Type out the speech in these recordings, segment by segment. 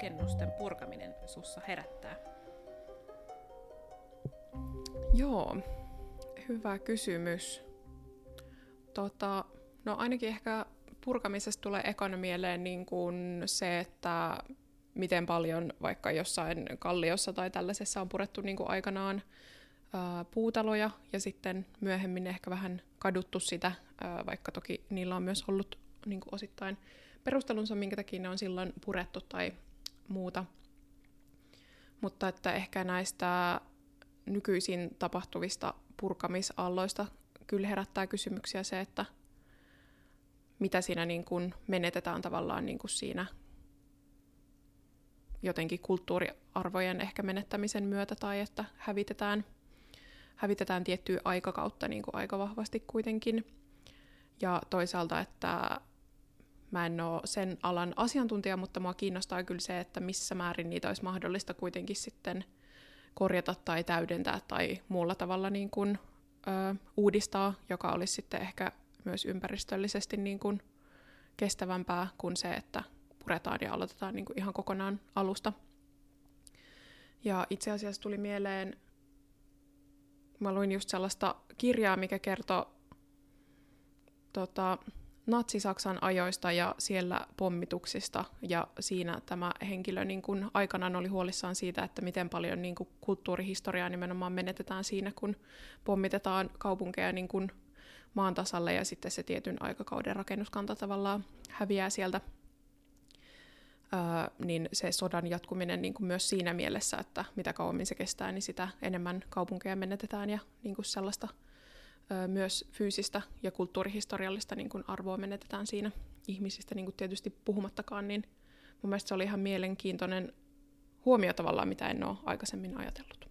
rakennusten purkaminen sussa herättää? Joo, hyvä kysymys. No ainakin ehkä purkamisesta tulee ekana mieleen niin kuin se, että miten paljon vaikka jossain kalliossa tai tällaisessa on purettu niin kuin aikanaan puutaloja ja sitten myöhemmin ehkä vähän kaduttu sitä, vaikka toki niillä on myös ollut niin kuin osittain perustelunsa, minkä takia ne on silloin purettu tai muuta. Mutta että ehkä näistä nykyisin tapahtuvista purkamisalloista kyllä herättää kysymyksiä se, että mitä siinä niin kuin menetetään tavallaan niin kuin siinä jotenkin kulttuuriarvojen ehkä menettämisen myötä tai että hävitetään tiettyä aikakautta niin kuin aika vahvasti kuitenkin. Ja toisaalta, että mä en ole sen alan asiantuntija, mutta mua kiinnostaa kyllä se, että missä määrin niitä olisi mahdollista kuitenkin sitten korjata tai täydentää tai muulla tavalla niin kuin, uudistaa, joka olisi sitten ehkä myös ympäristöllisesti niin kuin kestävämpää kuin se, että puretaan ja aloitetaan niin kuin ihan kokonaan alusta. Ja itse asiassa tuli mieleen, mä luin just sellaista kirjaa, mikä kertoi Natsi-Saksan ajoista ja siellä pommituksista, ja siinä tämä henkilö niin kuin aikanaan oli huolissaan siitä, että miten paljon niin kuin kulttuurihistoriaa nimenomaan menetetään siinä, kun pommitetaan kaupunkeja niin kuin maan tasalle, ja sitten se tietyn aikakauden rakennuskanta tavallaan häviää sieltä. Niin se sodan jatkuminen niin kuin myös siinä mielessä, että mitä kauemmin se kestää, niin sitä enemmän kaupunkeja menetetään, ja niin kuin sellaista myös fyysistä ja kulttuurihistoriallista niin kuin arvoa menetetään siinä ihmisistä, niin kuin tietysti puhumattakaan, niin mun mielestä se oli ihan mielenkiintoinen huomio tavallaan, mitä en ole aikaisemmin ajatellut.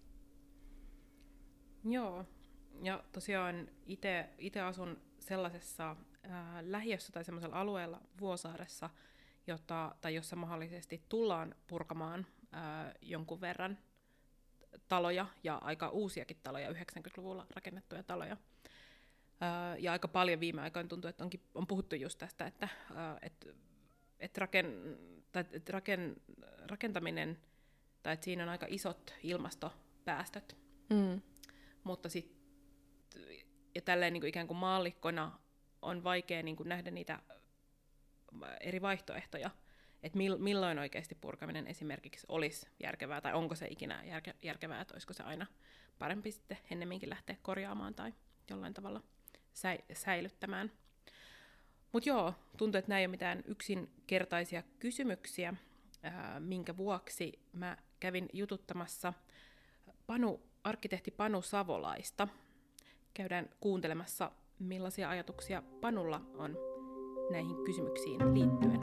Joo, ja tosiaan itse asun sellaisessa lähiössä tai sellaisella alueella Vuosaaressa, jossa mahdollisesti tullaan purkamaan jonkun verran taloja ja aika uusiakin taloja, 90-luvulla rakennettuja taloja. Ja aika paljon viime aikoina tuntuu, että on puhuttu just tästä, että rakentaminen, tai että siinä on aika isot ilmastopäästöt. Mutta ja tälleen niin kuin ikään kuin maallikkona on vaikea niin kuin nähdä niitä eri vaihtoehtoja, että milloin oikeasti purkaminen esimerkiksi olisi järkevää, tai onko se ikinä järkevää, että olisiko se aina parempi sitten ennemminkin lähteä korjaamaan tai jollain tavalla säilyttämään. Mutta joo, tuntuu, että nämä ei ole mitään yksinkertaisia kysymyksiä, minkä vuoksi mä kävin jututtamassa arkkitehti Panu Savolaista. Käydään kuuntelemassa, millaisia ajatuksia Panulla on näihin kysymyksiin liittyen.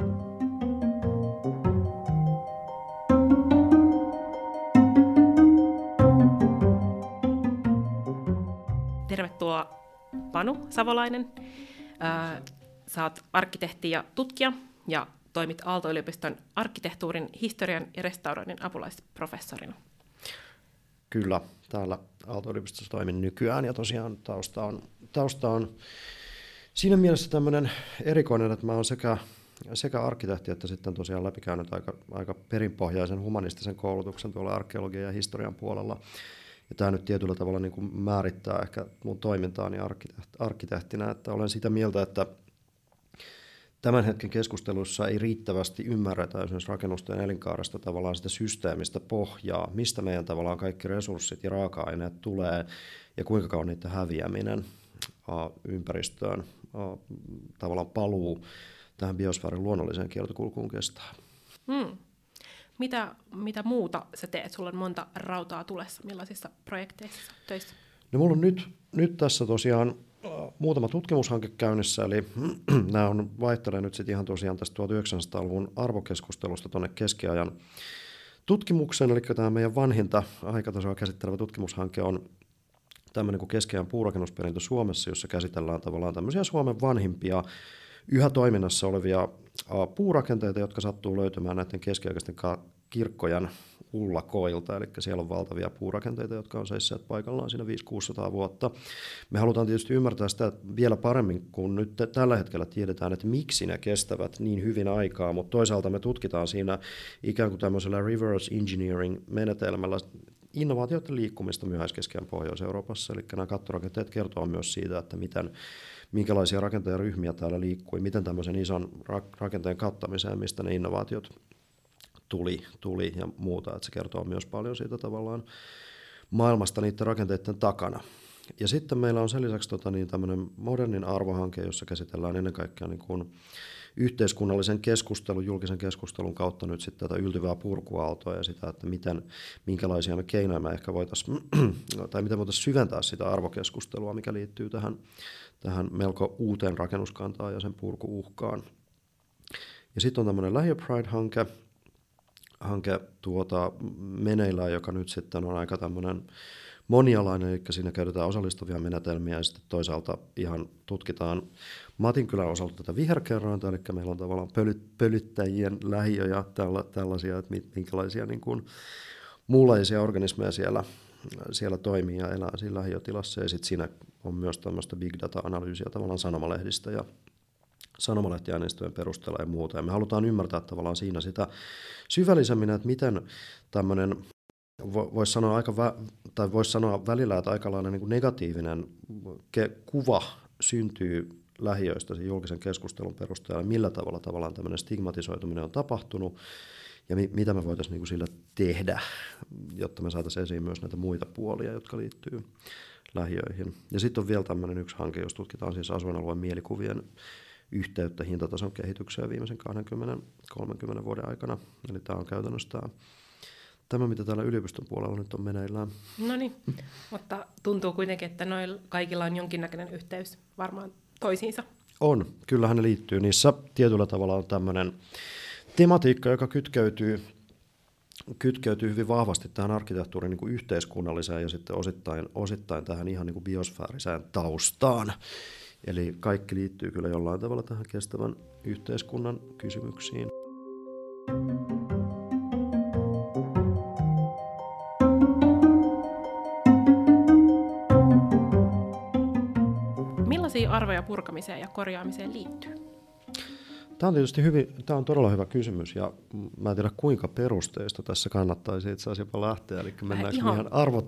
Tervetuloa Panu Savolainen. Sä oot arkkitehti ja tutkija ja toimit Aalto-yliopiston arkkitehtuurin, historian ja restauroinnin apulaisprofessorina. Kyllä, täällä Aalto-yliopistossa toimin nykyään ja tosiaan tausta on siinä mielessä tämmöinen erikoinen, että mä oon sekä arkkitehti että sitten tosiaan läpikäynyt aika perinpohjaisen humanistisen koulutuksen tuolla arkeologian ja historian puolella. Ja tämä nyt tietyllä tavalla niin kuin määrittää ehkä mun toimintaani arkkitehtinä, että olen sitä mieltä, että tämän hetken keskustelussa ei riittävästi ymmärretä esimerkiksi rakennusten elinkaaresta tavallaan sitä systeemistä pohjaa, mistä meidän tavallaan kaikki resurssit ja raaka-aineet tulee ja kuinka kauan niiden häviäminen ympäristöön, tavallaan paluu tähän biosfäärin luonnolliseen kiertokulkuun kestää. Mitä muuta sä teet? Sulla on monta rautaa tulessa. Millaisissa projekteissa töissä? No mulla on nyt tässä tosiaan muutama tutkimushanke käynnissä, eli nämä vaihtelee nyt sitten ihan tosiaan tästä 1900-luvun arvokeskustelusta tuonne keskiajan tutkimukseen, eli tämä meidän vanhinta aikatasoa käsittelevä tutkimushanke on tämmöinen kuin keskiajan puurakennusperintö Suomessa, jossa käsitellään tavallaan tämmöisiä Suomen vanhimpia yhä toiminnassa olevia puurakenteita, jotka sattuu löytymään näiden keskiaikaisten kirkkojen ullakoilta, eli siellä on valtavia puurakenteita, jotka on seisseet paikallaan siinä 500-600 vuotta. Me halutaan tietysti ymmärtää sitä vielä paremmin, kun nyt tällä hetkellä tiedetään, että miksi ne kestävät niin hyvin aikaa, mutta toisaalta me tutkitaan siinä ikään kuin tämmöisellä reverse engineering-menetelmällä innovaatioiden liikkumista myöhäiskeskiajan Pohjois-Euroopassa, eli nämä kattorakenteet kertoo myös siitä, että minkälaisia rakentajaryhmiä täällä liikkui, miten tämmöisen ison rakenteen kattamiseen, mistä ne innovaatiot tuli ja muuta, että se kertoo myös paljon siitä tavallaan maailmasta niiden rakenteiden takana. Ja sitten meillä on sen lisäksi tämmöinen modernin arvohanke, jossa käsitellään ennen kaikkea niin kuin yhteiskunnallisen keskustelun, julkisen keskustelun kautta nyt sitten tätä yltyvää purkuaaltoa ja sitä, että minkälaisia me keinoja me ehkä voitaisiin, tai miten voitaisiin syventää sitä arvokeskustelua, mikä liittyy tähän melko uuteen rakennuskantaan ja sen purkuuhkaan. Ja sitten on tämmöinen LähiöPride-hanke meneillään, joka nyt sitten on aika tämmöinen monialainen, eli siinä käytetään osallistuvia menetelmiä ja sitten toisaalta ihan tutkitaan Matinkylän osalta tätä viherkerrointa, eli meillä on tavallaan pölyttäjien lähiöjä, tällaisia, että minkälaisia niin kuin muunlaisia organismeja siellä toimii ja elää siinä lähiötilassa, ja sitten siinä on myös tämmöistä big data-analyysiä tavallaan sanomalehdistä ja sanomalehtiaineistojen perusteella ja muuta, ja me halutaan ymmärtää tavallaan siinä sitä syvällisemmin, että miten tämmöinen voisi sanoa välillä, että aika lailla niin kuin negatiivinen kuva syntyy lähiöistä sen julkisen keskustelun perusteella, millä tavalla tavallaan tämmöinen stigmatisoituminen on tapahtunut ja mitä me voitaisiin niin kuin sillä tehdä, jotta me saataisiin esiin myös näitä muita puolia, jotka liittyy lähiöihin. Ja sitten on vielä tämmöinen yksi hanke, jos tutkitaan siis asuinalueen mielikuvien yhteyttä hintatason kehitykseen viimeisen 20-30 vuoden aikana. Eli tämä on käytännössä tämä, mitä täällä yliopiston puolella nyt on meneillään. No niin, mutta tuntuu kuitenkin, että noilla kaikilla on jonkinnäköinen yhteys varmaan toisiinsa. On, kyllähän ne liittyy. Niissä tietyllä tavalla on tämmöinen tematiikka, joka kytkeytyy hyvin vahvasti tähän arkkitehtuurin niin kuin yhteiskunnalliseen ja sitten osittain tähän ihan niin kuin biosfääriseen taustaan. Eli kaikki liittyy kyllä jollain tavalla tähän kestävän yhteiskunnan kysymyksiin. Millaisia arvoja purkamiseen ja korjaamiseen liittyy? Tämä on tietysti tämä on todella hyvä kysymys, ja mä en tiedä kuinka perusteista tässä kannattaisi itse asiassa jopa lähteä, eli mennäänkö ihan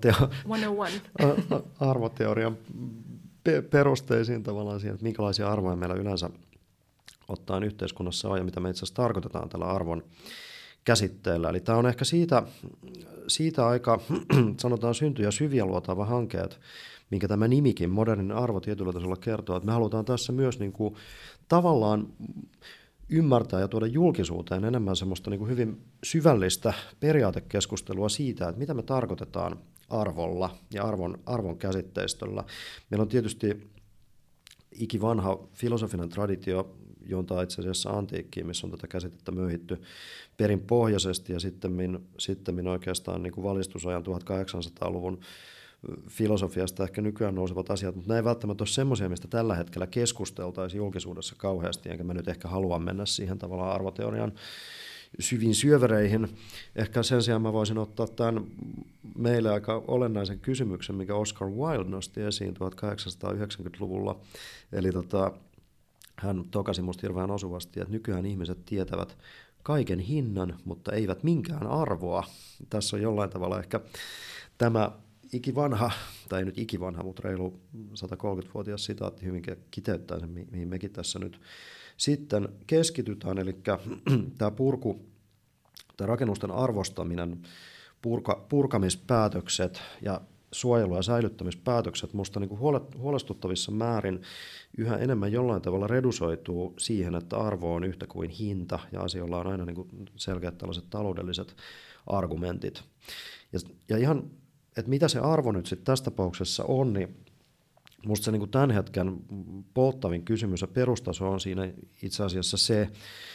arvoteorian perusteisiin tavallaan siihen, että minkälaisia arvoja meillä yleensä ottaen yhteiskunnassa on ja mitä me itse asiassa tarkoitetaan tällä arvon käsitteellä. Eli tämä on ehkä siitä aika, sanotaan synty- ja syviä luotaava hankeet, minkä tämä nimikin, modernin arvo tietyllä tasolla kertoo, että me halutaan tässä myös niin kuin tavallaan ymmärtää ja tuoda julkisuuteen enemmän semmoista niin kuin hyvin syvällistä periaatekeskustelua siitä, että mitä me tarkoitetaan arvolla ja arvon käsitteistöllä. Meillä on tietysti ikivanha filosofinen traditio, juontaa itse asiassa antiikkiin, missä on tätä käsitettä möyhitty perinpohjaisesti ja sitten oikeastaan niin kuin valistusajan 1800-luvun filosofiasta ehkä nykyään nousevat asiat, mutta nämä ei välttämättä ole semmoisia, mistä tällä hetkellä keskusteltaisiin julkisuudessa kauheasti, enkä mä nyt ehkä halua mennä siihen tavallaan arvoteorian syviin syövereihin. Ehkä sen sijaan mä voisin ottaa tämän meille aika olennaisen kysymyksen, mikä Oscar Wilde nosti esiin 1890-luvulla. Eli hän tokasi musta hirveän osuvasti, että nykyään ihmiset tietävät kaiken hinnan, mutta eivät minkään arvoa. Tässä on jollain tavalla ehkä tämä ikivanha, tai ei nyt ikivanha, mutta reilu 130-vuotias sitaatti hyvin kiteyttää sen, mihin mekin tässä nyt sitten keskitytään. Eli tämä rakennusten arvostaminen, purkamispäätökset ja suojelu- ja säilyttämispäätökset musta niin kuin huolestuttavissa määrin yhä enemmän jollain tavalla redusoituu siihen, että arvo on yhtä kuin hinta ja asioilla on aina niin kuin selkeät tällaiset taloudelliset argumentit. Ja ihan, että mitä se arvo nyt sitten tässä tapauksessa on, niin musta se niin kuin tämän hetken polttavin kysymys ja perustaso on siinä itse asiassa se,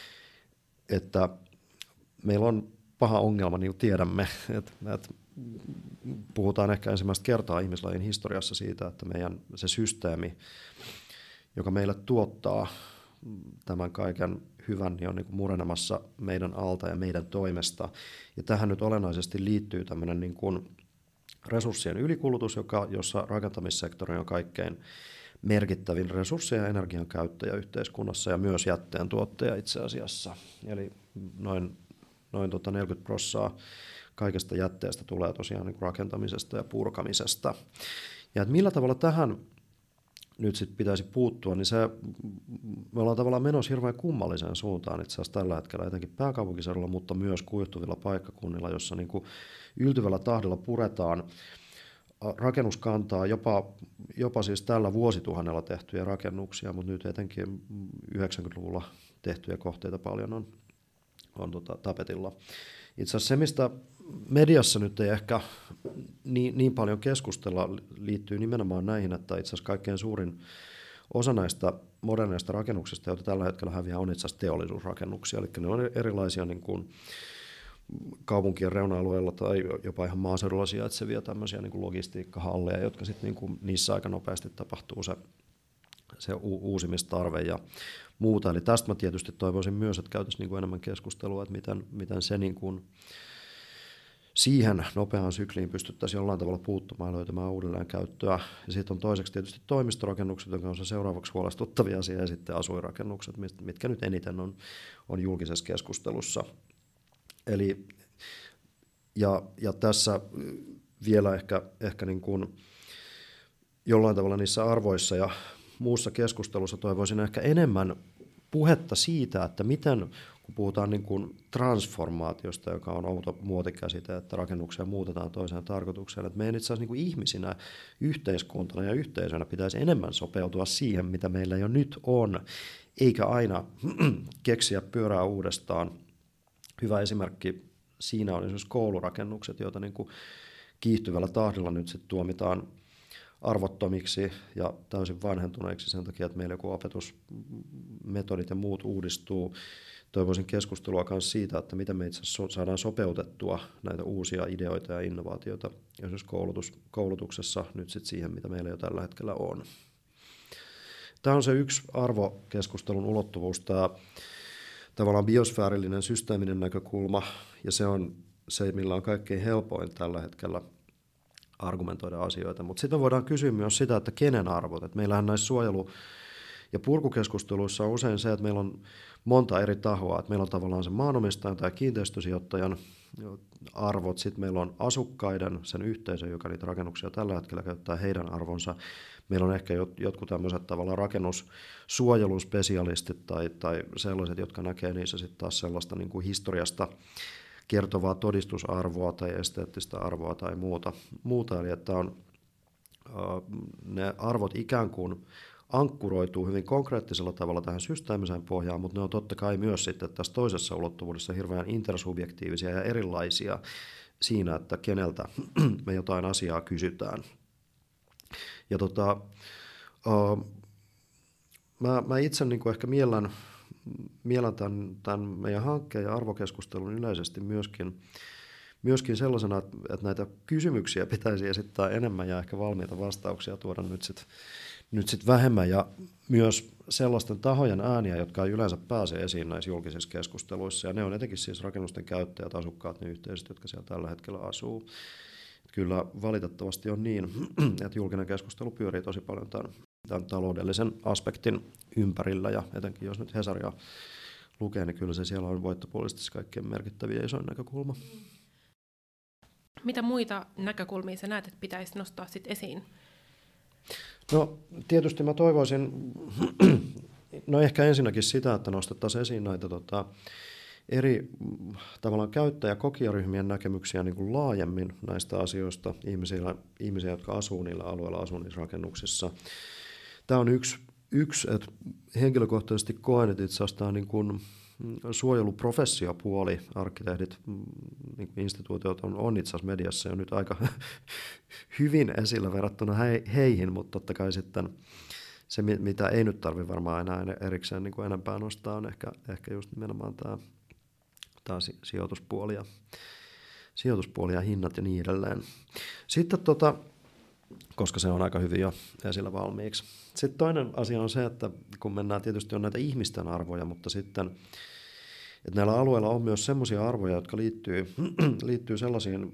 että meillä on paha ongelma, niin kuin tiedämme, että puhutaan ehkä ensimmäistä kertaa ihmislajin historiassa siitä, että meidän se systeemi, joka meille tuottaa tämän kaiken hyvän niin on niin kuin murenemassa meidän alta ja meidän toimesta. Ja tähän nyt olennaisesti liittyy tämmöinen niin kuin resurssien ylikulutus, jossa rakentamissektori on kaikkein merkittävin resurssien ja energian käyttäjä yhteiskunnassa ja myös jätteen tuottaja itse asiassa. Eli noin 40% kaikesta jätteestä tulee tosiaan niin kuin rakentamisesta ja purkamisesta. Ja että millä tavalla tähän nyt sit pitäisi puuttua, niin me ollaan tavallaan menossa hirveän kummalliseen suuntaan itse asiassa tällä hetkellä, etenkin pääkaupunkiseudulla, mutta myös kuihtuvilla paikkakunnilla, jossa niin kuin yltyvällä tahdilla puretaan rakennuskantaa, jopa siis tällä vuosituhannella tehtyjä rakennuksia, mutta nyt etenkin 90-luvulla tehtyjä kohteita paljon on tapetilla. Itse asiassa se, mistä mediassa nyt ei ehkä niin paljon keskustella, liittyy nimenomaan näihin, että itse asiassa kaikkein suurin osa näistä moderneista rakennuksista, joita tällä hetkellä häviää, on itse asiassa teollisuusrakennuksia, eli ne on erilaisia niin kuin kaupunkien reuna-alueilla tai jopa ihan maaseudulla sijaitsevia tämmöisiä niin kuin logistiikkahalleja, jotka sitten niin kuin niissä aika nopeasti tapahtuu se uusimistarve ja muuta. Eli tästä mä tietysti toivoisin myös, että käytäisiin niin kuin enemmän keskustelua, että miten se niin kuin siihen nopeaan sykliin pystyttäisiin jollain tavalla puuttumaan ja löytämään uudelleen käyttöä. Ja sitten on toiseksi tietysti toimistorakennukset, joka on se seuraavaksi huolestuttavia asia, ja sitten asuinrakennukset, mitkä nyt eniten on julkisessa keskustelussa. Eli, ja tässä vielä ehkä niin kuin jollain tavalla niissä arvoissa ja muussa keskustelussa toivoisin ehkä enemmän puhetta siitä, että miten, kun puhutaan niin kuin transformaatiosta, joka on outo muotikäsite, että rakennuksia muutetaan toiseen tarkoitukseen, että meidän itse asiassa niin kuin ihmisinä, yhteiskuntana ja yhteisönä pitäisi enemmän sopeutua siihen, mitä meillä jo nyt on, eikä aina keksiä pyörää uudestaan. Hyvä esimerkki siinä on esimerkiksi koulurakennukset, joita niin kuin kiihtyvällä tahdilla nyt sitten tuomitaan arvottomiksi ja täysin vanhentuneiksi sen takia, että meillä joku opetusmetodit ja muut uudistuu. Toivoisin keskustelua myös siitä, että miten me itse asiassa saadaan sopeutettua näitä uusia ideoita ja innovaatioita esimerkiksi koulutuksessa nyt sitten siihen, mitä meillä jo tällä hetkellä on. Tämä on se yksi arvokeskustelun ulottuvuus, tämä tavallaan biosfäärillinen systeeminen näkökulma, ja se on se, millä on kaikkein helpoin tällä hetkellä argumentoida asioita. Mutta sitten voidaan kysyä myös sitä, että kenen arvot. Et meillähän näissä suojelu- ja purkukeskusteluissa on usein se, että meillä on monta eri tahoa. Et meillä on tavallaan se maanomistajan tai kiinteistösijoittajan arvot, sitten meillä on asukkaiden, sen yhteisön, joka niitä rakennuksia tällä hetkellä käyttää, heidän arvonsa. Meillä on ehkä jotkut tämmöiset tavallaan rakennussuojelun spesialistit tai sellaiset, jotka näkee niissä sitten taas sellaista niin kuin historiasta kertovaa todistusarvoa tai esteettistä arvoa tai muuta. Eli että ne arvot ikään kuin ankkuroituu hyvin konkreettisella tavalla tähän systeemiseen pohjaan, mutta ne on totta kai myös sitten tässä toisessa ulottuvuudessa hirveän intersubjektiivisia ja erilaisia siinä, että keneltä me jotain asiaa kysytään. Ja mä itse niin kuin ehkä miellän tämän meidän hankkeen ja arvokeskustelun yleisesti myöskin sellaisena, että näitä kysymyksiä pitäisi esittää enemmän ja ehkä valmiita vastauksia tuoda nyt sit vähemmän, ja myös sellaisten tahojen ääniä, jotka ei yleensä pääse esiin näissä julkisissa keskusteluissa, ja ne on etenkin siis rakennusten käyttäjät, asukkaat, ne yhteisöt, jotka siellä tällä hetkellä asuu. Kyllä valitettavasti on niin, että julkinen keskustelu pyörii tosi paljon tämän taloudellisen aspektin ympärillä, ja etenkin jos nyt Hesaria lukee, niin kyllä se siellä on voittopuolisesti kaikkein merkittäviä ja isoin näkökulma. Mitä muita näkökulmia sä näet, että pitäisi nostaa sit esiin? No tietysti mä toivoisin, no ehkä ensinnäkin sitä, että nostettaisiin esiin näitä eri tavallaan käyttäjä- ja kokijaryhmien näkemyksiä niin kuin laajemmin näistä asioista, ihmisiä, jotka asuu niillä alueilla, asuu niissä rakennuksissa. Tämä on yksi, että henkilökohtaisesti koen, että itse asiassa tämä niin kuin suojeluprofessiopuoli, arkkitehdit, niin kuin instituutiot on itse asiassa mediassa jo nyt aika hyvin esillä verrattuna heihin, mutta totta kai sitten se, mitä ei nyt tarvitse varmaan enää erikseen niin kuin enempää nostaa, on ehkä just nimenomaan tämä sijoituspuoli ja hinnat ja niin edelleen. Sitten koska se on aika hyvin jo esillä valmiiksi. Sitten toinen asia on se, että kun mennään tietysti on näitä ihmisten arvoja, mutta sitten että näillä alueilla on myös semmoisia arvoja, jotka liittyy sellaisiin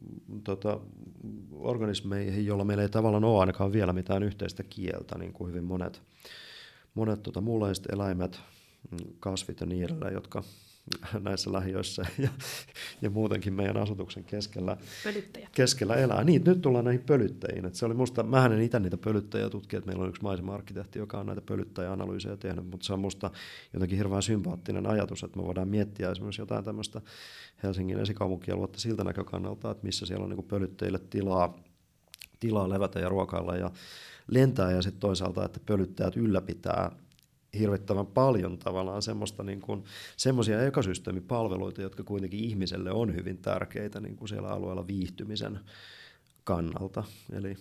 organismeihin, joilla meillä ei tavallaan ole ainakaan vielä mitään yhteistä kieltä, niin kuin hyvin monet muunlaiset eläimet, kasvit ja niin edelleen, jotka näissä lähiöissä ja muutenkin meidän asutuksen keskellä elää. Niin, nyt tullaan näihin pölyttäjiin. Että se oli musta, mähän en itse niitä pölyttäjiä tutkia, että meillä on yksi maisema-arkkitehti, joka on näitä pölyttäjäanalyysejä tehnyt, mutta se on musta jotenkin hirveän sympaattinen ajatus, että me voidaan miettiä esimerkiksi jotain tämmöistä Helsingin esikaupunkialuetta siltä näkökannalta, että missä siellä on niin kuin pölyttäjille tilaa levätä ja ruokailla ja lentää, ja sitten toisaalta, että pölyttäjät ylläpitää hirvittävän paljon tavallaan semmoisia ekosysteemipalveluita, jotka kuitenkin ihmiselle on hyvin tärkeitä niin kuin siellä alueella viihtymisen kannalta. Eli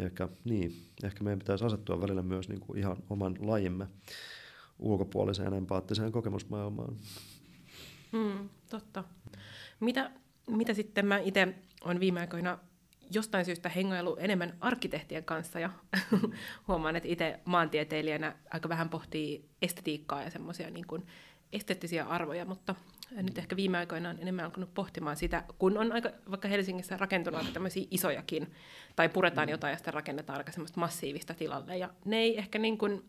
ehkä meidän pitäisi asettua välillä myös niin kuin ihan oman lajimme ulkopuoliseen empaattiseen kokemusmaailmaan. Totta. Mitä sitten mä itse olen viime aikoina jostain syystä hengailu enemmän arkkitehtien kanssa ja huomaan, että itse maantieteilijänä aika vähän pohtii estetiikkaa ja semmoisia niin kuin esteettisiä arvoja, mutta nyt ehkä viime aikoina on enemmän alkanut pohtimaan sitä, kun on aika vaikka Helsingissä rakentunut aika tämmöisiä isojakin, tai puretaan jotain ja sitten rakennetaan aika semmoista massiivista tilalle, ja ne ei ehkä niin kuin,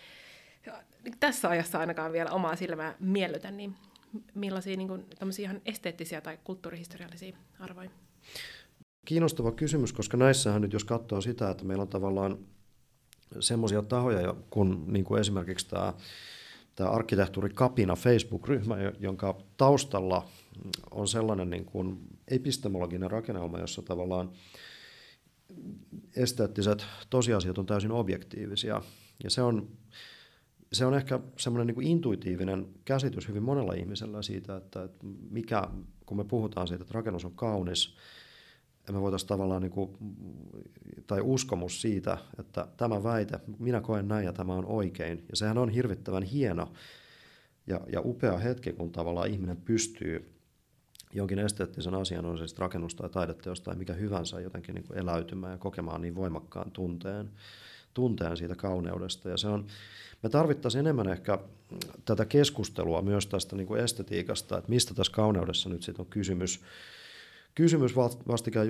tässä ajassa ainakaan vielä omaa silmää miellytä, niin millaisia niin kuin tämmöisiä ihan esteettisiä tai kulttuurihistoriallisia arvoja? Kiinnostava kysymys, koska näissähän nyt jos katsoo sitä, että meillä on tavallaan semmoisia tahoja, kun niin kuin esimerkiksi tämä arkkitehtuurikapina Facebook-ryhmä, jonka taustalla on sellainen niin kuin epistemologinen rakennelma, jossa tavallaan esteettiset tosiasiat on täysin objektiivisia. Ja se on ehkä semmoinen niin kuin intuitiivinen käsitys hyvin monella ihmisellä siitä, että kun me puhutaan siitä, että rakennus on kaunis, me voitaisiin tavallaan, tai uskomus siitä, että tämä väite, minä koen näin ja tämä on oikein. Ja sehän on hirvittävän hieno ja upea hetki, kun tavallaan ihminen pystyy jonkin esteettisen asian, on siis rakennus tai taideteos tai mikä hyvänsä, jotenkin niin kuin eläytymään ja kokemaan niin voimakkaan tunteen siitä kauneudesta. Ja me tarvittaisiin enemmän ehkä tätä keskustelua myös tästä niin kuin estetiikasta, että mistä tässä kauneudessa nyt sitten on kysymys. Vastikään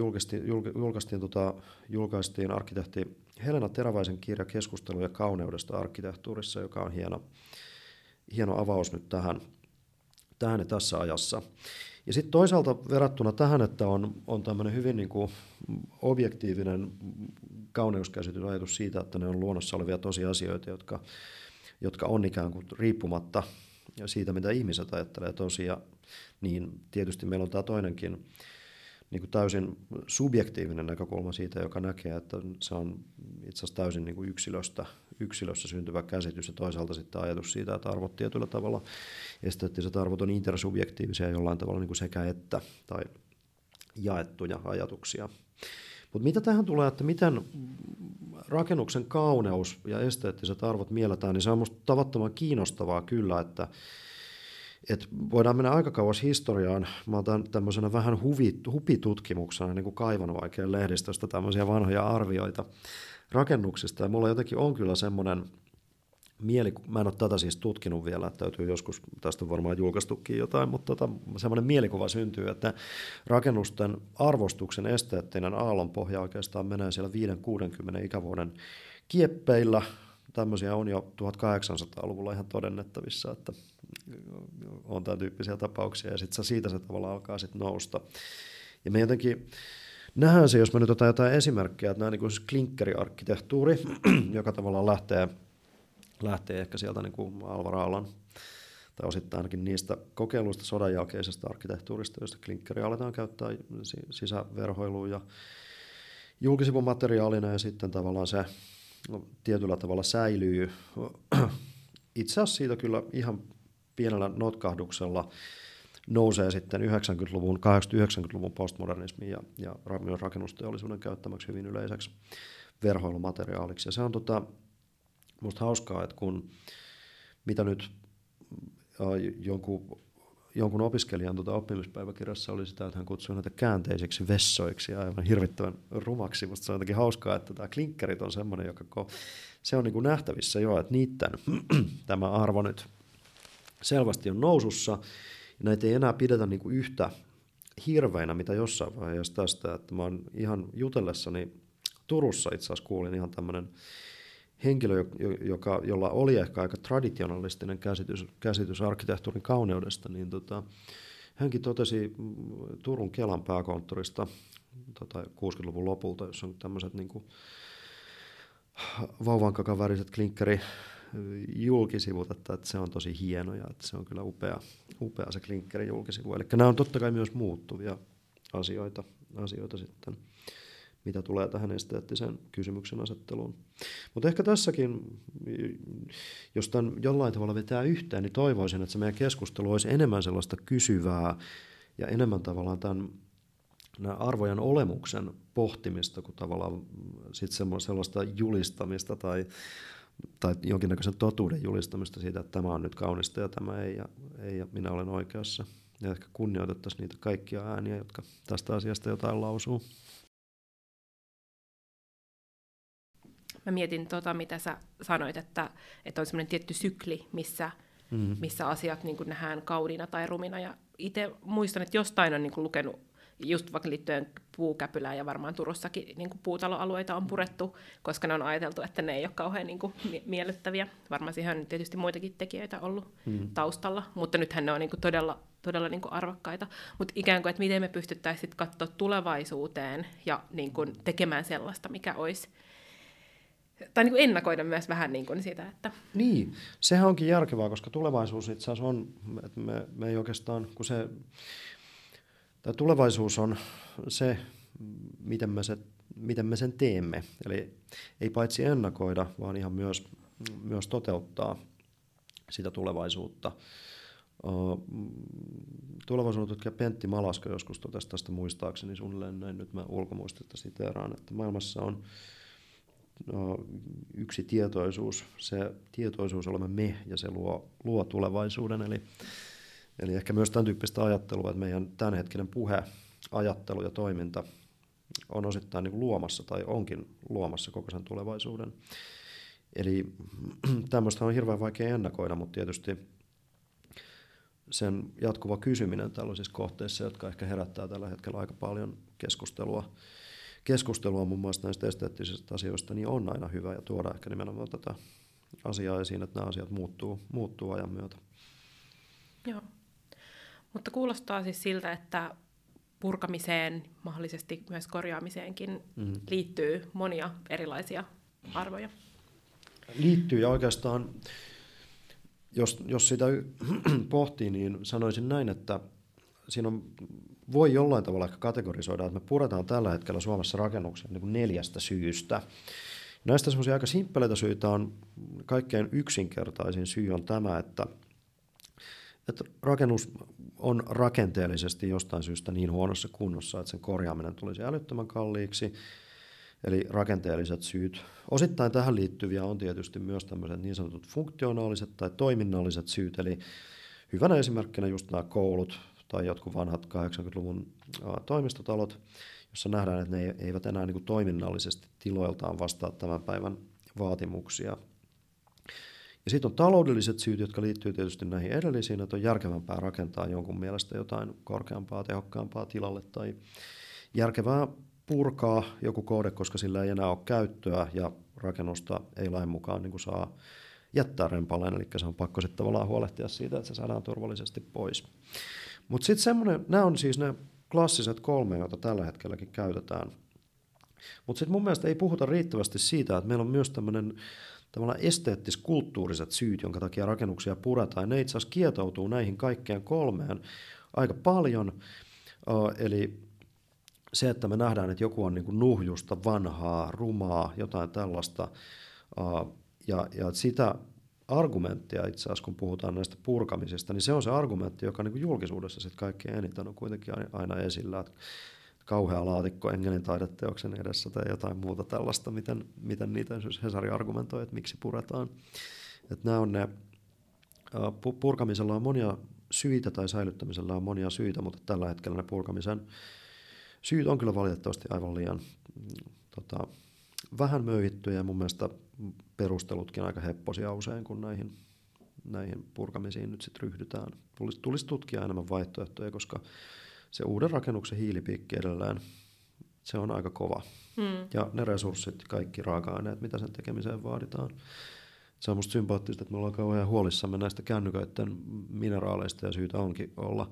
julkaistiin arkkitehti Helena Teräväisen kirja Keskusteluja kauneudesta arkkitehtuurissa, joka on hieno avaus nyt tähän ja tässä ajassa. Ja sitten toisaalta verrattuna tähän, että on tämmöinen hyvin niin kuin objektiivinen kauneuskäsitys, ajatus siitä, että ne on luonnossa olevia tosiasioita, jotka on ikään kuin riippumatta siitä, mitä ihmiset ajattelee tosia, niin tietysti meillä on tämä toinenkin niin kuin täysin subjektiivinen näkökulma siitä, joka näkee, että se on itse asiassa täysin niin kuin yksilössä syntyvä käsitys, ja toisaalta sitten ajatus siitä, että arvot tietyllä tavalla, esteettiset arvot on intersubjektiivisia jollain tavalla niin kuin sekä että, tai jaettuja ajatuksia. Mutta mitä tähän tulee, että miten rakennuksen kauneus ja esteettiset arvot mielletään, niin se on minusta tavattoman kiinnostavaa kyllä, että voidaan mennä aika kauas historiaan. Mä otan tämmöisenä vähän hupitutkimuksena niin kuin kaivanut oikein lehdistöstä tämmöisiä vanhoja arvioita rakennuksista. Ja mulla jotenkin on kyllä semmoinen mä en ole tätä siis tutkinut vielä, että täytyy joskus, tästä on varmaan julkaistukin jotain, mutta semmoinen mielikuva syntyy, että rakennusten arvostuksen esteettinen aallonpohja oikeastaan menee siellä 5-60 ikävuoden kieppeillä. Tämmöisiä on jo 1800-luvulla ihan todennettavissa, että on tämän tyyppisiä tapauksia, ja sitten siitä se tavallaan alkaa sitten nousta. Ja me jotenkin nähdään se, jos me nyt otetaan jotain esimerkkejä, että nämä niin kuin klinkkeriarkkitehtuuri, joka tavallaan lähtee ehkä sieltä niin kuin Alvar Aalon, tai osittain ainakin niistä kokeiluista sodan jälkeisestä arkkitehtuurista, joista klinkkeriä aletaan käyttää sisäverhoiluun ja julkisivumateriaalina, ja sitten tavallaan se tietyllä tavalla säilyy. Itse asiassa siitä kyllä ihan pienellä notkahduksella nousee sitten 90-luvun, 80-90-luvun postmodernismin ja myös rakennusteollisuuden käyttämäksi hyvin yleiseksi verhoilumateriaaliksi. Ja se on musta hauskaa, että mitä nyt jonkun opiskelijan oppimispäiväkirjassa oli sitä, että hän kutsui näitä käänteisiksi vessoiksi ja aivan hirvittävän rumaksi. Musta se on jotenkin hauskaa, että tämä klinkkerit on semmoinen, joka se on niin kuin nähtävissä jo, että niiden tämä arvo nyt selvästi on nousussa. Ja näitä ei enää pidetä niin kuin yhtä hirveinä, mitä jossain vaiheessa tästä. Että mä oon ihan jutellessani Turussa itse asiassa kuulin ihan tämmöinen henkilö, jolla oli ehkä aika traditionalistinen käsitys arkkitehtuurin kauneudesta, niin hänkin totesi Turun Kelan pääkonttorista 60-luvun lopulta, jossa on tämmöiset niin kuin vauvankakan väriset klinkkeri julkisivut, että se on tosi hieno ja että se on kyllä upea se klinkkeri julkisivu. Eli nämä on totta kai myös muuttuvia asioita sitten, mitä tulee tähän esteettisen kysymyksen asetteluun. Mutta ehkä tässäkin, jos tämän jollain tavalla vetää yhteen, niin toivoisin, että se meidän keskustelu olisi enemmän sellaista kysyvää ja enemmän tavallaan tämän arvojen olemuksen pohtimista kuin tavallaan sit sellaista julistamista tai jonkinnäköisen totuuden julistamista siitä, että tämä on nyt kaunista ja tämä ei ja minä olen oikeassa. Ja ehkä kunnioitettaisiin niitä kaikkia ääniä, jotka tästä asiasta jotain lausuu. Mä mietin mitä sä sanoit, että on semmoinen tietty sykli, missä asiat niin kuin nähdään kauniina tai rumina. Ja itse muistan, että jostain on niin kuin lukenut, just vaikka liittyen puukäpylään ja varmaan Turussakin niin kuin puutaloalueita on purettu, koska ne on ajateltu, että ne ei ole kauhean niin kuin miellyttäviä. Varmaan siihen on tietysti muitakin tekijöitä ollut taustalla, mutta nythän ne on niin kuin todella niin kuin arvokkaita. Mutta ikään kuin, että miten me pystyttäisiin katsoa tulevaisuuteen ja niin kuin tekemään sellaista, mikä olisi tai niin kuin ennakoida myös vähän niin kuin sitä, että... Niin, sehän onkin järkevää, koska tulevaisuus itse asiassa on, että me ei oikeastaan, kun se... Tämä tulevaisuus on se, miten me sen teemme. Eli ei paitsi ennakoida, vaan ihan myös toteuttaa sitä tulevaisuutta. Tulevaisuuden tutkija Pentti Malaska joskus totesi tästä muistaakseni suunnilleen näin, nyt mä ulkomuistista siteeraan, että maailmassa on yksi tietoisuus. Se tietoisuus olemme me ja se luo tulevaisuuden. Eli ehkä myös tämän tyyppistä ajattelua, että meidän tämänhetkinen puhe, ajattelu ja toiminta on osittain niin kuin luomassa tai onkin luomassa koko sen tulevaisuuden. Eli tämmöistä on hirveän vaikea ennakoida, mutta tietysti sen jatkuva kysyminen tällaisissa kohteissa, jotka ehkä herättää tällä hetkellä aika paljon keskustelua muun muassa näistä esteettisistä asioista, niin on aina hyvä ja tuoda ehkä nimenomaan tätä asiaa esiin, että nämä asiat muuttuu ajan myötä. Joo. Mutta kuulostaa siis siltä, että purkamiseen, mahdollisesti myös korjaamiseenkin liittyy monia erilaisia arvoja. Liittyy ja oikeastaan, jos sitä pohtii, niin sanoisin näin, että siinä voi jollain tavalla ehkä kategorisoida, että me puretaan tällä hetkellä Suomessa rakennuksia niin kuin 4 syystä. Näistä semmoisia aika simppeleitä syitä on, kaikkein yksinkertaisin syy on tämä, että rakennus on rakenteellisesti jostain syystä niin huonossa kunnossa, että sen korjaaminen tulisi älyttömän kalliiksi. Eli rakenteelliset syyt. Osittain tähän liittyviä on tietysti myös tämmöiset niin sanotut funktionaaliset tai toiminnalliset syyt. Eli hyvänä esimerkkinä just nämä koulut tai jotkut vanhat 80-luvun toimistotalot, jossa nähdään, että ne eivät enää niin kuin toiminnallisesti tiloiltaan vastaa tämän päivän vaatimuksia. Ja sitten on taloudelliset syyt, jotka liittyy tietysti näihin edellisiin, että on järkevämpää rakentaa jonkun mielestä jotain korkeampaa, tehokkaampaa tilalle tai järkevää purkaa joku kohde, koska sillä ei enää ole käyttöä ja rakennusta ei lain mukaan niin kuin saa jättää rempalleen, eli se on pakko sitten tavallaan huolehtia siitä, että se saadaan turvallisesti pois. Mutta sitten semmoinen, nämä on siis ne klassiset 3, joita tällä hetkelläkin käytetään. Mutta sitten mun mielestä ei puhuta riittävästi siitä, että meillä on myös tämmöinen tavallaan esteettis-kulttuuriset syyt, jonka takia rakennuksia puretaan. Ne itse asiassa kietoutuu näihin kaikkeen 3 aika paljon. Eli se, että me nähdään, että joku on niin kuin nuhjusta, vanhaa, rumaa, jotain tällaista. Ja sitä argumenttia itse asiassa, kun puhutaan näistä purkamisista, niin se on se argumentti, joka niin kuin julkisuudessa sit kaikkein eniten on kuitenkin aina esillä. Että kauhea laatikko Engelin taideteoksen edessä tai jotain muuta tällaista, miten niitä Hesari argumentoi, että miksi puretaan. Että nämä on ne, purkamisella on monia syitä tai säilyttämisellä on monia syitä, mutta tällä hetkellä ne purkamisen syyt on kyllä valitettavasti aivan liian vähän möyhittyjä ja mun mielestä perustelutkin aika hepposia usein, kun näihin purkamisiin nyt sitten ryhdytään. Tulisi tutkia enemmän vaihtoehtoja, koska se uuden rakennuksen hiilipiikki edelleen, se on aika kova. Ja ne resurssit, kaikki raaka-aineet, mitä sen tekemiseen vaaditaan. Se on musta sympaattista, että me ollaan kauhean huolissamme näistä kännyköiden mineraaleista ja syytä onkin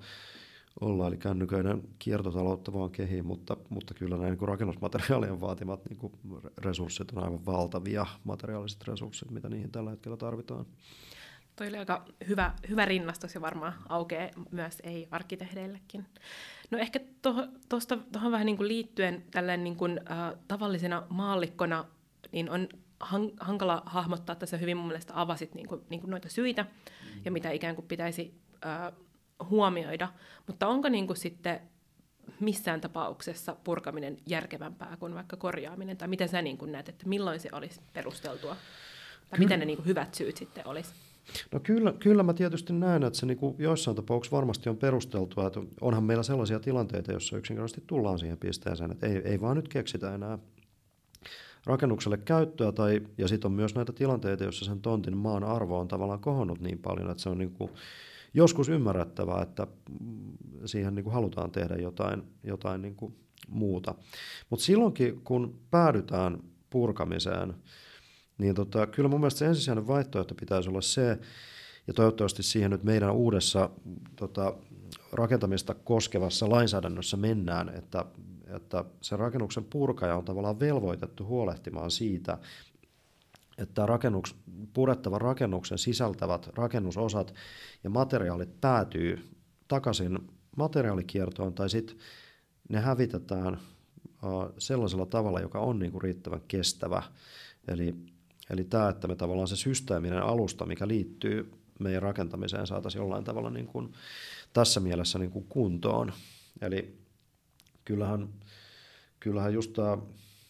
olla. Eli kännyköiden kiertotaloutta vaan kehii, mutta kyllä näin niin rakennusmateriaalien vaatimat niin resurssit on aivan valtavia materiaaliset resurssit, mitä niihin tällä hetkellä tarvitaan. Toi oli aika hyvä rinnastus ja varmaan aukeaa myös ei-arkkitehdeillekin. No ehkä tuohon vähän niin kuin liittyen tälleen niin kuin, tavallisena maallikkona, niin on hankala hahmottaa, tässä hyvin mun mielestä avasit niin kuin noita syitä ja mitä ikään kuin pitäisi huomioida, mutta onko niin kuin sitten missään tapauksessa purkaminen järkevämpää kuin vaikka korjaaminen, tai miten sä niin kuin näet, että milloin se olisi perusteltua, tai mitä ne niin kuin hyvät syyt sitten olisi? No kyllä mä tietysti näen, että se niin kuin joissain tapauksissa varmasti on perusteltua, että onhan meillä sellaisia tilanteita, joissa yksinkertaisesti tullaan siihen pisteeseen, että ei vaan nyt keksitä enää rakennukselle käyttöä, ja sitten on myös näitä tilanteita, joissa sen tontin maan arvo on tavallaan kohonnut niin paljon, että se on niin kuin joskus ymmärrettävää, että siihen niin kuin halutaan tehdä jotain niin kuin muuta. Mutta silloinkin, kun päädytään purkamiseen, niin kyllä mun mielestä se ensisijainen vaihtoehto pitäisi olla se, ja toivottavasti siihen nyt meidän uudessa rakentamista koskevassa lainsäädännössä mennään, että se rakennuksen purkaja on tavallaan velvoitettu huolehtimaan siitä, että purettavan rakennuksen sisältävät rakennusosat ja materiaalit päätyy takaisin materiaalikiertoon, tai sitten ne hävitetään sellaisella tavalla, joka on niinku riittävän kestävä. Eli tämä, että me tavallaan se systeeminen alusta, mikä liittyy meidän rakentamiseen, saataisiin jollain tavalla niin kuin tässä mielessä niin kuin kuntoon. Eli kyllähän just tämä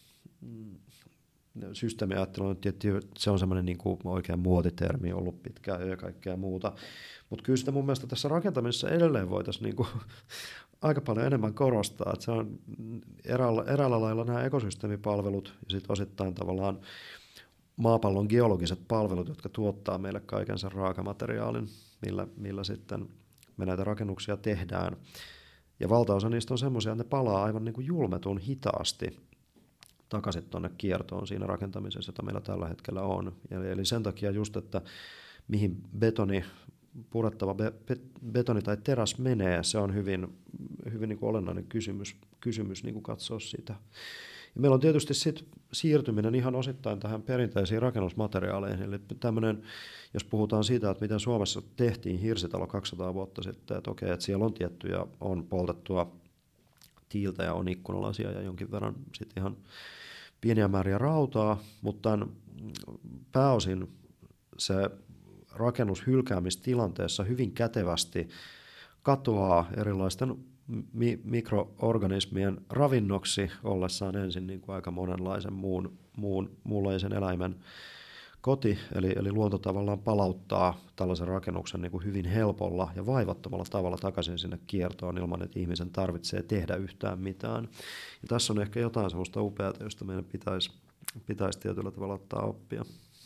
systeemiajattelu, se on semmoinen niin kuin oikein muotitermi ollut pitkään ja kaikkea muuta. Mutta kyllä sitä mun mielestä tässä rakentamisessa edelleen voitaisiin niin kuin aika paljon enemmän korostaa, että se on eräällä lailla nämä ekosysteemipalvelut ja sitten osittain tavallaan maapallon geologiset palvelut, jotka tuottaa meille kaiken sen raakamateriaalin, millä sitten me näitä rakennuksia tehdään. Ja valtaosa niistä on semmoisia, että ne palaa aivan niin kuin julmetun hitaasti takaisin tuonne kiertoon siinä rakentamisessa, jota meillä tällä hetkellä on. Eli sen takia just, että mihin purettava betoni tai teräs menee, se on hyvin niin kuin olennainen kysymys niin kuin katsoa sitä. Ja meillä on tietysti sit siirtyminen ihan osittain tähän perinteisiin rakennusmateriaaleihin, eli tämmöinen, jos puhutaan siitä, että miten Suomessa tehtiin hirsitalo 200 vuotta sitten, että okei, että siellä on tiettyjä, on poltettua tiiltä ja on ikkunalasia ja jonkin verran sitten ihan pieniä määriä rautaa, mutta pääosin se rakennus hylkäämistilanteessa hyvin kätevästi katoaa erilaisten mikroorganismien ravinnoksi ollessaan ensin niin kuin aika monenlaisen muunlaisen eläimen koti, eli luonto tavallaan palauttaa tällaisen rakennuksen niin kuin hyvin helpolla ja vaivattomalla tavalla takaisin sinne kiertoon ilman, että ihmisen tarvitsee tehdä yhtään mitään. Ja tässä on ehkä jotain sellaista upeata, josta meidän pitäisi tietyllä tavalla ottaa oppia.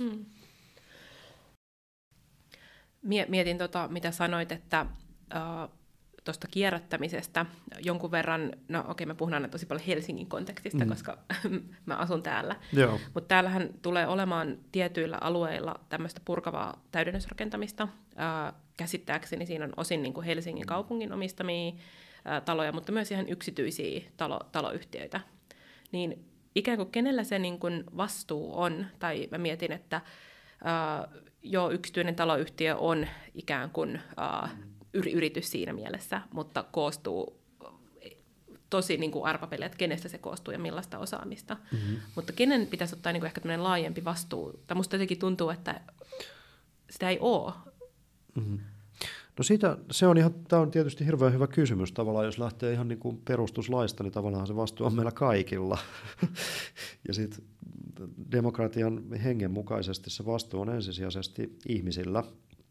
Mietin mitä sanoit, että tuosta kierrättämisestä jonkun verran, no okei, mä puhun aina tosi paljon Helsingin kontekstista, koska mä asun täällä, mutta täällähän tulee olemaan tietyillä alueilla tämmöistä purkavaa täydennysrakentamista. Käsittääkseni siinä on osin niin kuin Helsingin kaupungin omistamia taloja, mutta myös ihan yksityisiä taloyhtiöitä. Niin ikään kuin kenellä se niin kuin vastuu on, tai mä mietin, että yksityinen taloyhtiö on ikään kuin yritys siinä mielessä, mutta koostuu tosi niin kuin arpapeliä, että kenestä se koostuu ja millaista osaamista. Mutta kenen pitäisi ottaa niin kuin ehkä tämmöinen laajempi vastuu? Tai musta jotenkin tuntuu, että sitä ei ole. No tämä on tietysti hirveän hyvä kysymys tavallaan, jos lähtee ihan niin kuin perustuslaista, niin tavallaan se vastuu on meillä kaikilla. Ja sitten demokratian hengen mukaisesti se vastuu on ensisijaisesti ihmisillä.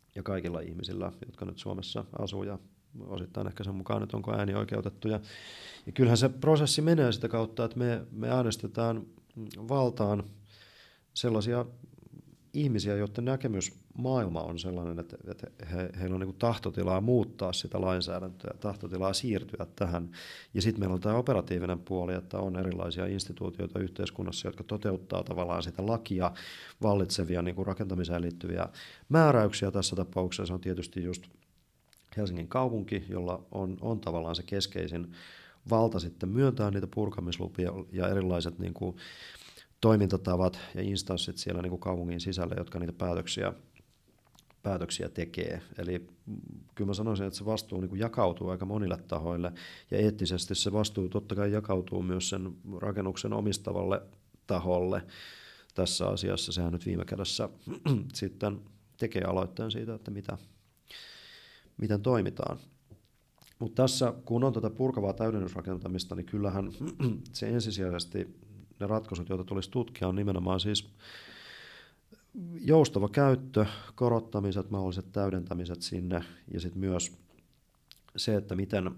ja kaikilla ihmisillä, jotka nyt Suomessa asuu ja osittain ehkä sen mukaan, että onko äänioikeutettuja. Ja kyllähän se prosessi menee sitä kautta, että me äänestetään valtaan sellaisia ihmisiä, joiden näkemys maailma on sellainen, että heillä on niin kuin tahtotilaa muuttaa sitä lainsäädäntöä, tahtotilaa siirtyä tähän. Ja sitten meillä on tämä operatiivinen puoli, että on erilaisia instituutioita yhteiskunnassa, jotka toteuttaa tavallaan sitä lakia, vallitsevia niin kuin rakentamiseen liittyviä määräyksiä. Tässä tapauksessa se on tietysti just Helsingin kaupunki, jolla on tavallaan se keskeisin valta sitten myöntää niitä purkamislupia ja erilaiset niin kuin toimintatavat ja instanssit siellä niin kuin kaupungin sisällä, jotka niitä päätöksiä tekee. Eli kyllä mä sanoisin, että se vastuu niin kuin jakautuu aika monille tahoille, ja eettisesti se vastuu totta kai jakautuu myös sen rakennuksen omistavalle taholle tässä asiassa. Sehän nyt viime kädessä sitten tekee aloitteen siitä, että miten toimitaan. Mutta tässä, kun on tätä purkavaa täydennysrakentamista, niin kyllähän se ensisijaisesti ne ratkaisut, joita tulisi tutkia, on nimenomaan siis joustava käyttö, korottamiset, mahdolliset täydentämiset sinne, ja sitten myös se, että miten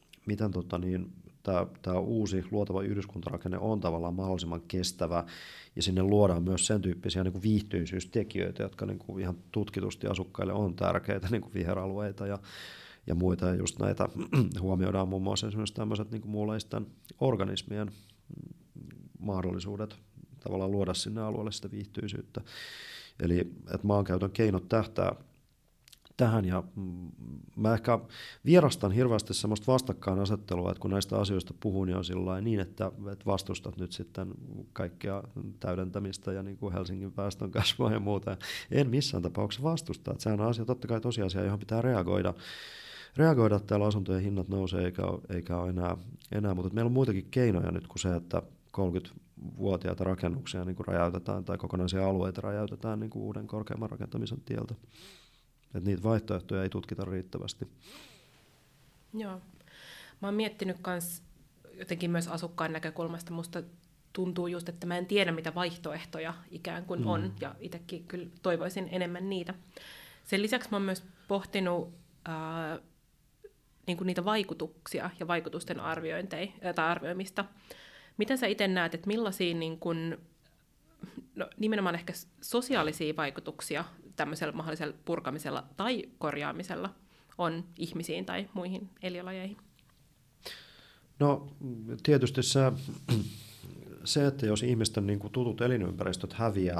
tämä uusi luotava yhdyskuntarakenne on tavallaan mahdollisimman kestävä, ja sinne luodaan myös sen tyyppisiä niin kuin viihtyisystekijöitä, jotka niin kuin ihan tutkitusti asukkaille on tärkeitä, niin kuin viheralueita ja muita, ja just näitä huomioidaan muun muassa esimerkiksi tämmöiset niin kuin muunlaisten organismien mahdollisuudet tavallaan luoda sinne alueelle sitä viihtyisyyttä. Eli että maankäytön keinot tähtää tähän, ja mä ehkä vierastan hirveästi semmoista vastakkainasettelua, että kun näistä asioista puhun, niin on sillain niin, että vastustat nyt sitten kaikkea täydentämistä ja niin kuin Helsingin väestön kasvua ja muuta. En missään tapauksessa vastusta, että sehän on asia, totta kai tosiasia, johon pitää reagoida, että täällä asuntojen hinnat nousee eikä ole enää, mutta meillä on muitakin keinoja nyt kuin se, että 30-vuotiaita rakennuksia niin kuin räjäytetään tai kokonaisia alueita räjäytetään niin kuin uuden korkeamman rakentamisen tieltä. Että niitä vaihtoehtoja ei tutkita riittävästi. Joo. Mä oon miettinyt kans jotenkin myös asukkaan näkökulmasta. Musta tuntuu just, että mä en tiedä, mitä vaihtoehtoja ikään kuin on, ja itsekin kyllä toivoisin enemmän niitä. Sen lisäksi mä oon myös pohtinut niin kuin niitä vaikutuksia ja vaikutusten arvioimista. Miten sä itse näet, että millaisia niin kuin, nimenomaan ehkä sosiaalisia vaikutuksia tämmöisellä mahdollisella purkamisella tai korjaamisella on ihmisiin tai muihin eliölajeihin? No tietysti se että jos ihmisten niin kuin tutut elinympäristöt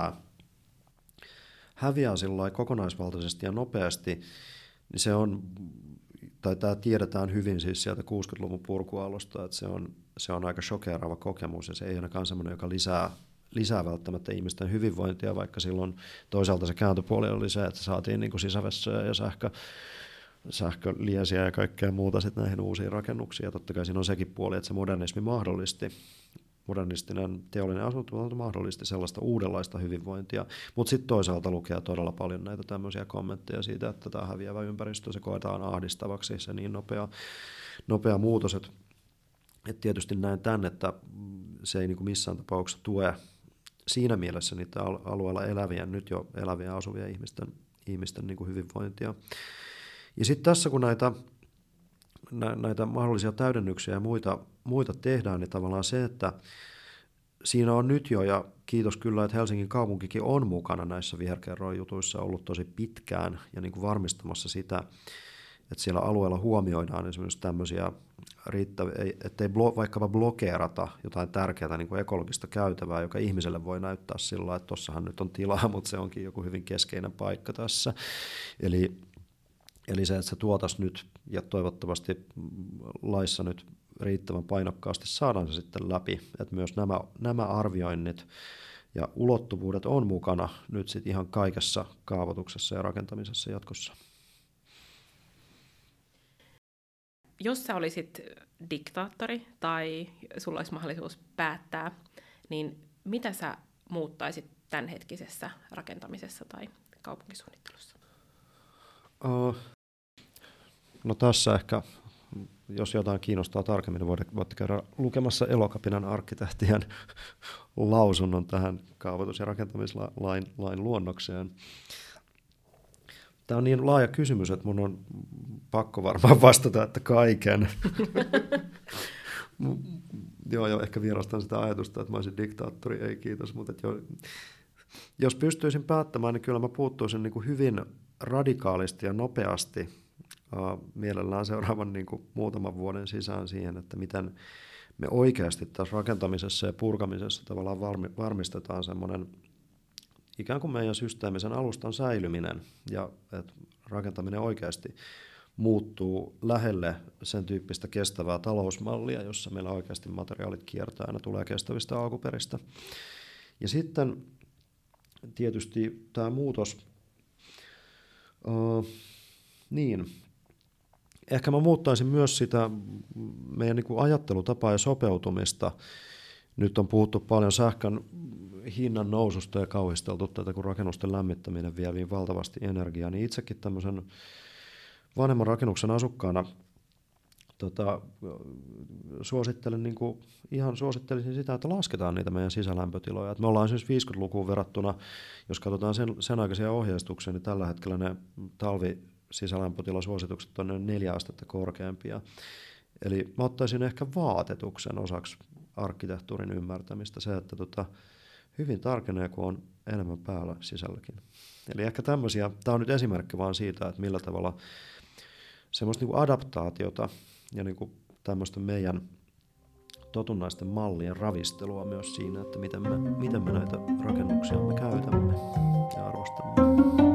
häviää sillä kokonaisvaltaisesti ja nopeasti, niin se on, tai tämä tiedetään hyvin siis sieltä 60-luvun purkualusta, että se on aika shokeeraava kokemus, ja se ei ainakaan semmoinen, joka lisää välttämättä ihmisten hyvinvointia, vaikka silloin toisaalta se kääntöpuoli oli se, että saatiin niin kuin sisävessoja ja sähköliesiä ja kaikkea muuta sitten näihin uusiin rakennuksiin. Ja totta kai siinä on sekin puoli, että se modernistinen teollinen asuntotuotanto mahdollisti sellaista uudenlaista hyvinvointia, mutta sitten toisaalta lukee todella paljon näitä tämmöisiä kommentteja siitä, että tämä häviävä ympäristö, se koetaan ahdistavaksi, se niin nopea muutos, että tietysti näen tämän, että se ei niin kuin missään tapauksessa tue siinä mielessä niitä alueella nyt jo eläviä asuvia ihmisten niin kuin hyvinvointia. Ja sitten tässä, kun näitä mahdollisia täydennyksiä ja muita tehdään, niin tavallaan se, että siinä on nyt jo, ja kiitos kyllä, että Helsingin kaupunkikin on mukana näissä viherkerroinjutuissa ollut tosi pitkään ja niin kuin varmistamassa sitä, että siellä alueella huomioidaan esimerkiksi tämmöisiä ettei vaikkapa blokeerata jotain tärkeää niin kuin ekologista käytävää, joka ihmiselle voi näyttää sillä lailla, että tossahan nyt on tilaa, mutta se onkin joku hyvin keskeinen paikka tässä. Eli se, että se tuotaisiin nyt, ja toivottavasti laissa nyt riittävän painokkaasti saadaan se sitten läpi, että myös nämä arvioinnit ja ulottuvuudet on mukana nyt sitten ihan kaikessa kaavoituksessa ja rakentamisessa jatkossa. Jos sä olisit diktaattori tai sulla olisi mahdollisuus päättää, niin mitä sä muuttaisit tämänhetkisessä rakentamisessa tai kaupunkisuunnittelussa? No tässä ehkä, jos jotain kiinnostaa tarkemmin, voitte käydä lukemassa Elokapinan arkkitehtien lausunnon tähän kaavoitus- ja rakentamislain luonnokseen. Tämä on niin laaja kysymys, että mun on pakko varmaan vastata, että kaiken. Joo, ehkä vierastan sitä ajatusta, että mä olisin diktaattori, ei kiitos, mutta jos pystyisin päättämään, niin kyllä mä puuttuisin niin kuin hyvin radikaalisti ja nopeasti mielellään seuraavan niin kuin muutaman vuoden sisään siihen, että miten me oikeasti tässä rakentamisessa ja purkamisessa tavallaan varmistetaan semmoinen ikään kuin meidän systeemisen alustan säilyminen ja että rakentaminen oikeasti muuttuu lähelle sen tyyppistä kestävää talousmallia, jossa meillä oikeasti materiaalit kiertää ja ne tulee kestävistä alkuperistä. Ja sitten tietysti tämä muutos, niin ehkä mä muuttaisin myös sitä meidän niin kuin ajattelutapaa ja sopeutumista. Nyt on puhuttu paljon sähkön hinnan noususta ja kauhisteltu tätä, kun rakennusten lämmittäminen vie valtavasti energiaa, niin itsekin tämmöisen vanhemman rakennuksen asukkaana suosittelisin sitä, että lasketaan niitä meidän sisälämpötiloja. Et me ollaan siis 50-lukuun verrattuna, jos katsotaan sen aikaisia ohjeistuksia, niin tällä hetkellä ne talvisisälämpötilasuositukset on noin 4 astetta korkeampia. Eli mä ottaisin ehkä vaatetuksen osaksi arkkitehtuurin ymmärtämistä, se, että hyvin tarkenee, kun on enemmän päällä sisälläkin. Eli ehkä tämmöisiä, tämä on nyt esimerkki vaan siitä, että millä tavalla semmoista niin kuin adaptaatiota ja niin kuin tämmöistä meidän totunnaisten mallien ravistelua myös siinä, että miten me näitä rakennuksia me käytämme ja arvostamme.